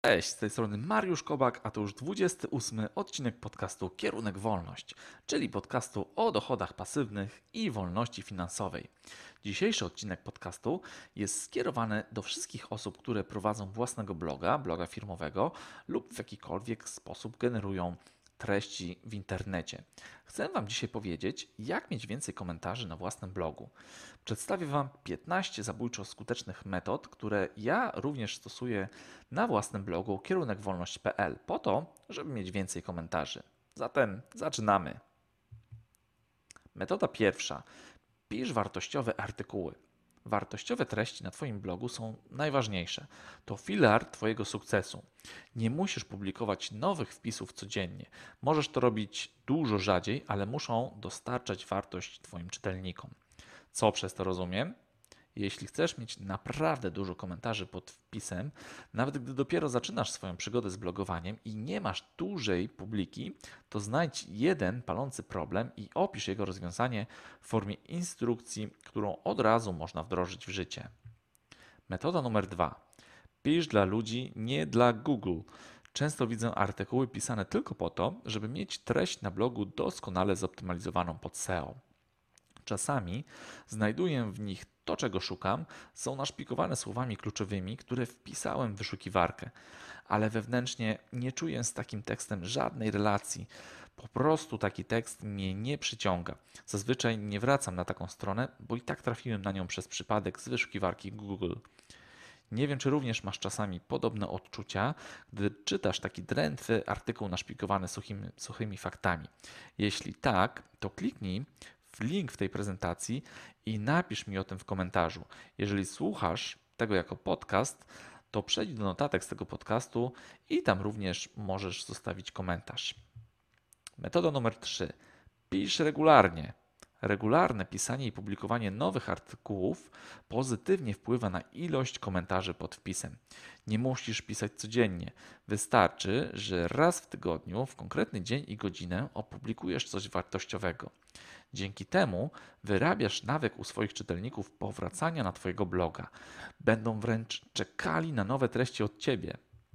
Cześć, z tej strony Mariusz Kobak, a to już 28 odcinek podcastu Kierunek Wolność, czyli podcastu o dochodach pasywnych i wolności finansowej. Dzisiejszy odcinek podcastu jest skierowany do wszystkich osób, które prowadzą własnego bloga firmowego lub w jakikolwiek sposób generują treści w internecie. Chcę Wam dzisiaj powiedzieć, jak mieć więcej komentarzy na własnym blogu. Przedstawię Wam 15 zabójczo skutecznych metod, które ja również stosuję na własnym blogu kierunekwolność.pl po to, żeby mieć więcej komentarzy. Zatem zaczynamy. Metoda pierwsza. Pisz wartościowe artykuły. Wartościowe treści na Twoim blogu są najważniejsze. To filar Twojego sukcesu. Nie musisz publikować nowych wpisów codziennie. Możesz to robić dużo rzadziej, ale muszą dostarczać wartość Twoim czytelnikom. Co przez to rozumiem? Jeśli chcesz mieć naprawdę dużo komentarzy pod wpisem, nawet gdy dopiero zaczynasz swoją przygodę z blogowaniem i nie masz dużej publiki, to znajdź jeden palący problem i opisz jego rozwiązanie w formie instrukcji, którą od razu można wdrożyć w życie. Metoda numer 2. Pisz dla ludzi, nie dla Google. Często widzę artykuły pisane tylko po to, żeby mieć treść na blogu doskonale zoptymalizowaną pod SEO. Czasami znajduję w nich to, czego szukam, są naszpikowane słowami kluczowymi, które wpisałem w wyszukiwarkę, ale wewnętrznie nie czuję z takim tekstem żadnej relacji. Po prostu taki tekst mnie nie przyciąga. Zazwyczaj nie wracam na taką stronę, bo i tak trafiłem na nią przez przypadek z wyszukiwarki Google. Nie wiem, czy również masz czasami podobne odczucia, gdy czytasz taki drętwy artykuł naszpikowany suchymi faktami. Jeśli tak, to kliknij w link w tej prezentacji i napisz mi o tym w komentarzu. Jeżeli słuchasz tego jako podcast, to przejdź do notatek z tego podcastu i tam również możesz zostawić komentarz. Metoda numer 3. Pisz regularnie. Regularne pisanie i publikowanie nowych artykułów pozytywnie wpływa na ilość komentarzy pod wpisem. Nie musisz pisać codziennie. Wystarczy, że raz w tygodniu, w konkretny dzień i godzinę opublikujesz coś wartościowego. Dzięki temu wyrabiasz nawyk u swoich czytelników powracania na Twojego bloga. Będą wręcz czekali na nowe treści od Ciebie.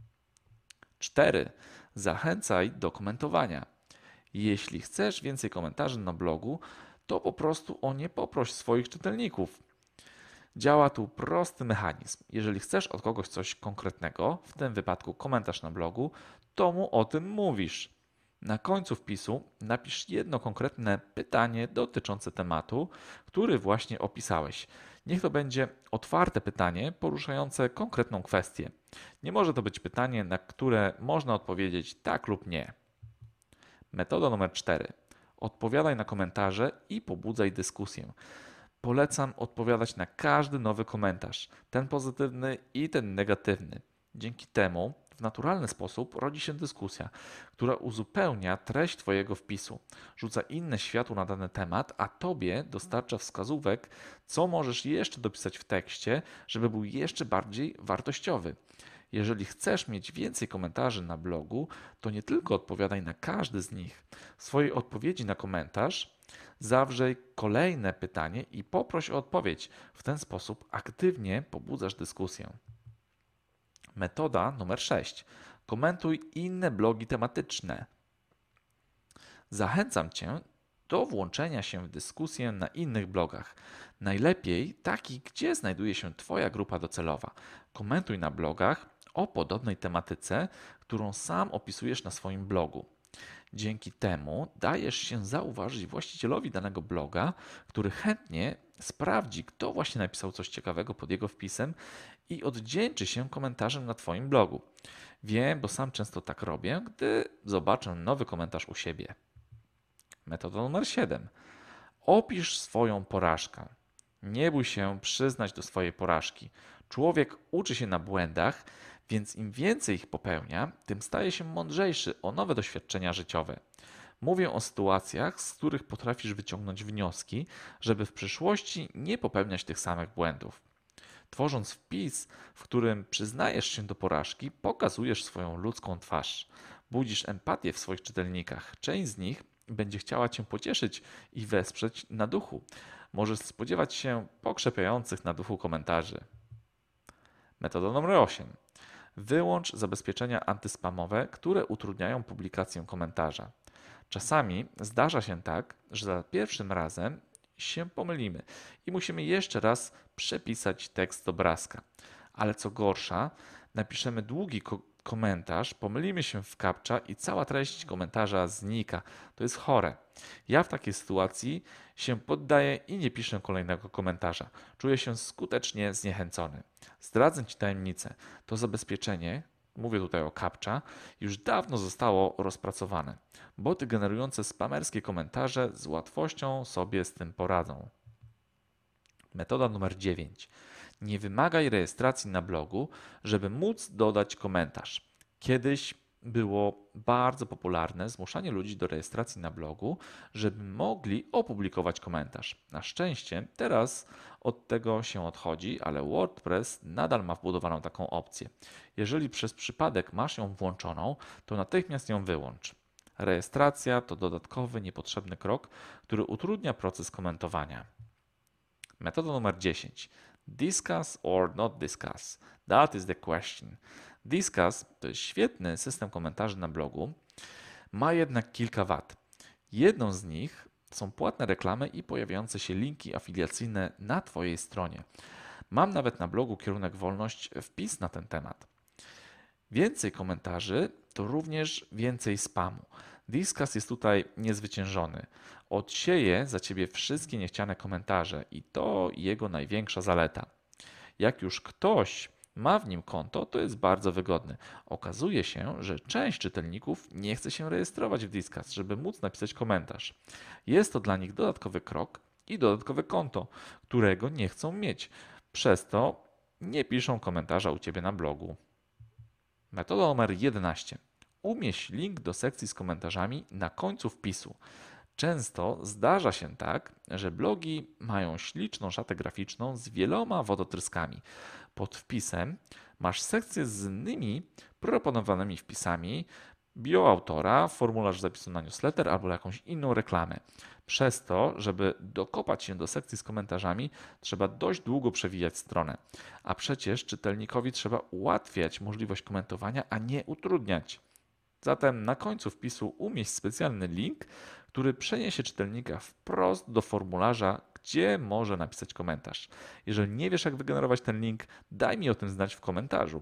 4. Zachęcaj do komentowania. Jeśli chcesz więcej komentarzy na blogu, to po prostu o nie poproś swoich czytelników. Działa tu prosty mechanizm. Jeżeli chcesz od kogoś coś konkretnego, w tym wypadku komentarz na blogu, to mu o tym mówisz. Na końcu wpisu napisz jedno konkretne pytanie dotyczące tematu, który właśnie opisałeś. Niech to będzie otwarte pytanie poruszające konkretną kwestię. Nie może to być pytanie, na które można odpowiedzieć tak lub nie. Metoda numer 4. Odpowiadaj na komentarze i pobudzaj dyskusję. Polecam odpowiadać na każdy nowy komentarz, ten pozytywny i ten negatywny. Dzięki temu w naturalny sposób rodzi się dyskusja, która uzupełnia treść Twojego wpisu, rzuca inne światło na dany temat, a Tobie dostarcza wskazówek, co możesz jeszcze dopisać w tekście, żeby był jeszcze bardziej wartościowy. Jeżeli chcesz mieć więcej komentarzy na blogu, to nie tylko odpowiadaj na każdy z nich. W swojej odpowiedzi na komentarz zawrzej kolejne pytanie i poproś o odpowiedź. W ten sposób aktywnie pobudzasz dyskusję. Metoda numer 6. Komentuj inne blogi tematyczne. Zachęcam Cię do włączenia się w dyskusję na innych blogach. Najlepiej taki, gdzie znajduje się Twoja grupa docelowa. Komentuj na blogach o podobnej tematyce, którą sam opisujesz na swoim blogu. Dzięki temu dajesz się zauważyć właścicielowi danego bloga, który chętnie sprawdzi, kto właśnie napisał coś ciekawego pod jego wpisem i odwdzięczy się komentarzem na Twoim blogu. Wiem, bo sam często tak robię, gdy zobaczę nowy komentarz u siebie. Metoda numer 7. Opisz swoją porażkę. Nie bój się przyznać do swojej porażki. Człowiek uczy się na błędach, więc im więcej ich popełnia, tym staje się mądrzejszy o nowe doświadczenia życiowe. Mówię o sytuacjach, z których potrafisz wyciągnąć wnioski, żeby w przyszłości nie popełniać tych samych błędów. Tworząc wpis, w którym przyznajesz się do porażki, pokazujesz swoją ludzką twarz. Budzisz empatię w swoich czytelnikach. Część z nich będzie chciała Cię pocieszyć i wesprzeć na duchu. Możesz spodziewać się pokrzepiających na duchu komentarzy. Metoda numer 8. Wyłącz zabezpieczenia antyspamowe, które utrudniają publikację komentarza. Czasami zdarza się tak, że za pierwszym razem się pomylimy i musimy jeszcze raz przepisać tekst obrazka. Ale co gorsza, napiszemy długi komentarz, pomylimy się w captcha i cała treść komentarza znika. To jest chore. Ja w takiej sytuacji się poddaję i nie piszę kolejnego komentarza. Czuję się skutecznie zniechęcony. Zdradzę Ci tajemnicę. To zabezpieczenie, mówię tutaj o captcha, już dawno zostało rozpracowane. Boty generujące spamerskie komentarze z łatwością sobie z tym poradzą. Metoda numer 9. Nie wymagaj rejestracji na blogu, żeby móc dodać komentarz. Kiedyś było bardzo popularne zmuszanie ludzi do rejestracji na blogu, żeby mogli opublikować komentarz. Na szczęście teraz od tego się odchodzi, ale WordPress nadal ma wbudowaną taką opcję. Jeżeli przez przypadek masz ją włączoną, to natychmiast ją wyłącz. Rejestracja to dodatkowy, niepotrzebny krok, który utrudnia proces komentowania. Metoda numer 10. Discuss or not discuss. That is the question. Discuss to jest świetny system komentarzy na blogu, ma jednak kilka wad. Jedną z nich są płatne reklamy i pojawiające się linki afiliacyjne na Twojej stronie. Mam nawet na blogu Kierunek Wolność wpis na ten temat. Więcej komentarzy to również więcej spamu. Discuss jest tutaj niezwyciężony. Odsieje za Ciebie wszystkie niechciane komentarze i to jego największa zaleta. Jak już ktoś ma w nim konto, to jest bardzo wygodny. Okazuje się, że część czytelników nie chce się rejestrować w Discuss, żeby móc napisać komentarz. Jest to dla nich dodatkowy krok i dodatkowe konto, którego nie chcą mieć. Przez to nie piszą komentarza u Ciebie na blogu. Metoda numer 11. Umieść link do sekcji z komentarzami na końcu wpisu. Często zdarza się tak, że blogi mają śliczną szatę graficzną z wieloma wodotryskami. Pod wpisem masz sekcję z innymi proponowanymi wpisami, bio autora, formularz zapisu na newsletter albo jakąś inną reklamę. Przez to, żeby dokopać się do sekcji z komentarzami, trzeba dość długo przewijać stronę. A przecież czytelnikowi trzeba ułatwiać możliwość komentowania, a nie utrudniać. Zatem na końcu wpisu umieść specjalny link, który przeniesie czytelnika wprost do formularza, gdzie może napisać komentarz. Jeżeli nie wiesz, jak wygenerować ten link, daj mi o tym znać w komentarzu.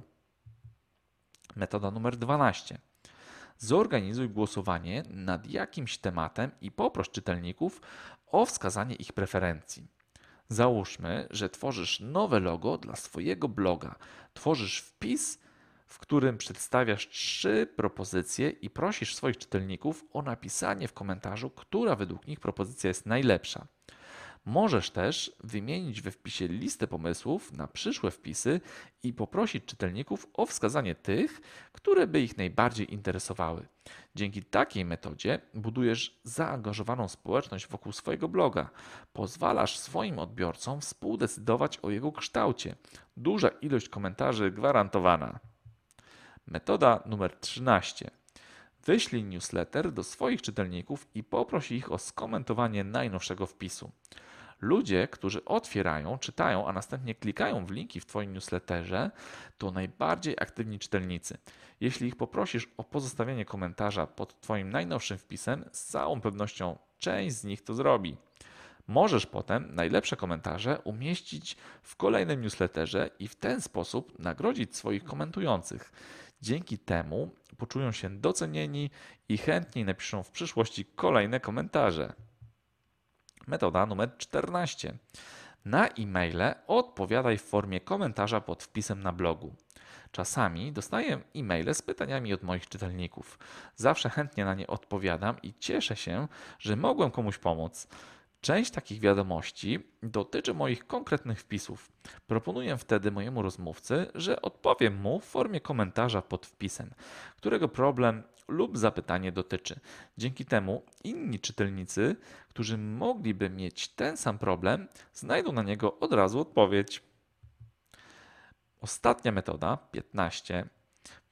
Metoda numer 12. Zorganizuj głosowanie nad jakimś tematem i poproś czytelników o wskazanie ich preferencji. Załóżmy, że tworzysz nowe logo dla swojego bloga. Tworzysz wpis, w którym przedstawiasz 3 propozycje i prosisz swoich czytelników o napisanie w komentarzu, która według nich propozycja jest najlepsza. Możesz też wymienić we wpisie listę pomysłów na przyszłe wpisy i poprosić czytelników o wskazanie tych, które by ich najbardziej interesowały. Dzięki takiej metodzie budujesz zaangażowaną społeczność wokół swojego bloga. Pozwalasz swoim odbiorcom współdecydować o jego kształcie. Duża ilość komentarzy gwarantowana. Metoda numer 13. Wyślij newsletter do swoich czytelników i poproś ich o skomentowanie najnowszego wpisu. Ludzie, którzy otwierają, czytają, a następnie klikają w linki w Twoim newsletterze, to najbardziej aktywni czytelnicy. Jeśli ich poprosisz o pozostawienie komentarza pod Twoim najnowszym wpisem, z całą pewnością część z nich to zrobi. Możesz potem najlepsze komentarze umieścić w kolejnym newsletterze i w ten sposób nagrodzić swoich komentujących. Dzięki temu poczują się docenieni i chętniej napiszą w przyszłości kolejne komentarze. Metoda numer 14. Na e-maile odpowiadaj w formie komentarza pod wpisem na blogu. Czasami dostaję e-maile z pytaniami od moich czytelników. Zawsze chętnie na nie odpowiadam i cieszę się, że mogłem komuś pomóc. Część takich wiadomości dotyczy moich konkretnych wpisów. Proponuję wtedy mojemu rozmówcy, że odpowiem mu w formie komentarza pod wpisem, którego problem lub zapytanie dotyczy. Dzięki temu inni czytelnicy, którzy mogliby mieć ten sam problem, znajdą na niego od razu odpowiedź. Ostatnia metoda, 15.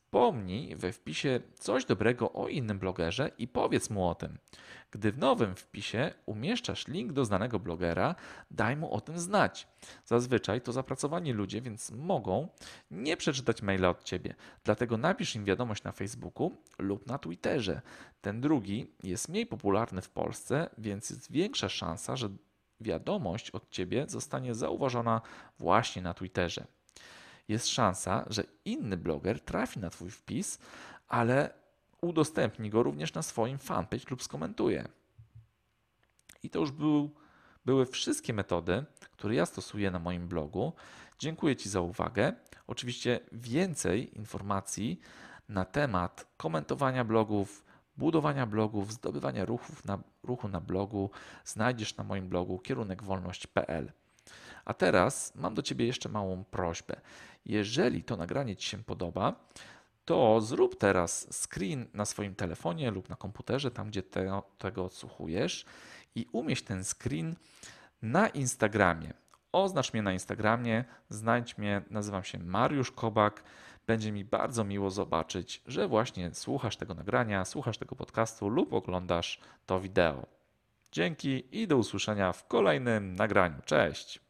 Wspomnij we wpisie coś dobrego o innym blogerze i powiedz mu o tym. Gdy w nowym wpisie umieszczasz link do znanego blogera, daj mu o tym znać. Zazwyczaj to zapracowani ludzie, więc mogą nie przeczytać maila od ciebie. Dlatego napisz im wiadomość na Facebooku lub na Twitterze. Ten drugi jest mniej popularny w Polsce, więc jest większa szansa, że wiadomość od ciebie zostanie zauważona właśnie na Twitterze. Jest szansa, że inny bloger trafi na twój wpis, ale udostępni go również na swoim fanpage lub skomentuje. I to już były wszystkie metody, które ja stosuję na moim blogu. Dziękuję Ci za uwagę. Oczywiście więcej informacji na temat komentowania blogów, budowania blogów, zdobywania ruchu na blogu znajdziesz na moim blogu kierunekwolność.pl. A teraz mam do Ciebie jeszcze małą prośbę. Jeżeli to nagranie Ci się podoba, to zrób teraz screen na swoim telefonie lub na komputerze, tam gdzie tego odsłuchujesz i umieść ten screen na Instagramie. Oznacz mnie na Instagramie, znajdź mnie, nazywam się Mariusz Kobak. Będzie mi bardzo miło zobaczyć, że właśnie słuchasz tego nagrania, słuchasz tego podcastu lub oglądasz to wideo. Dzięki i do usłyszenia w kolejnym nagraniu. Cześć!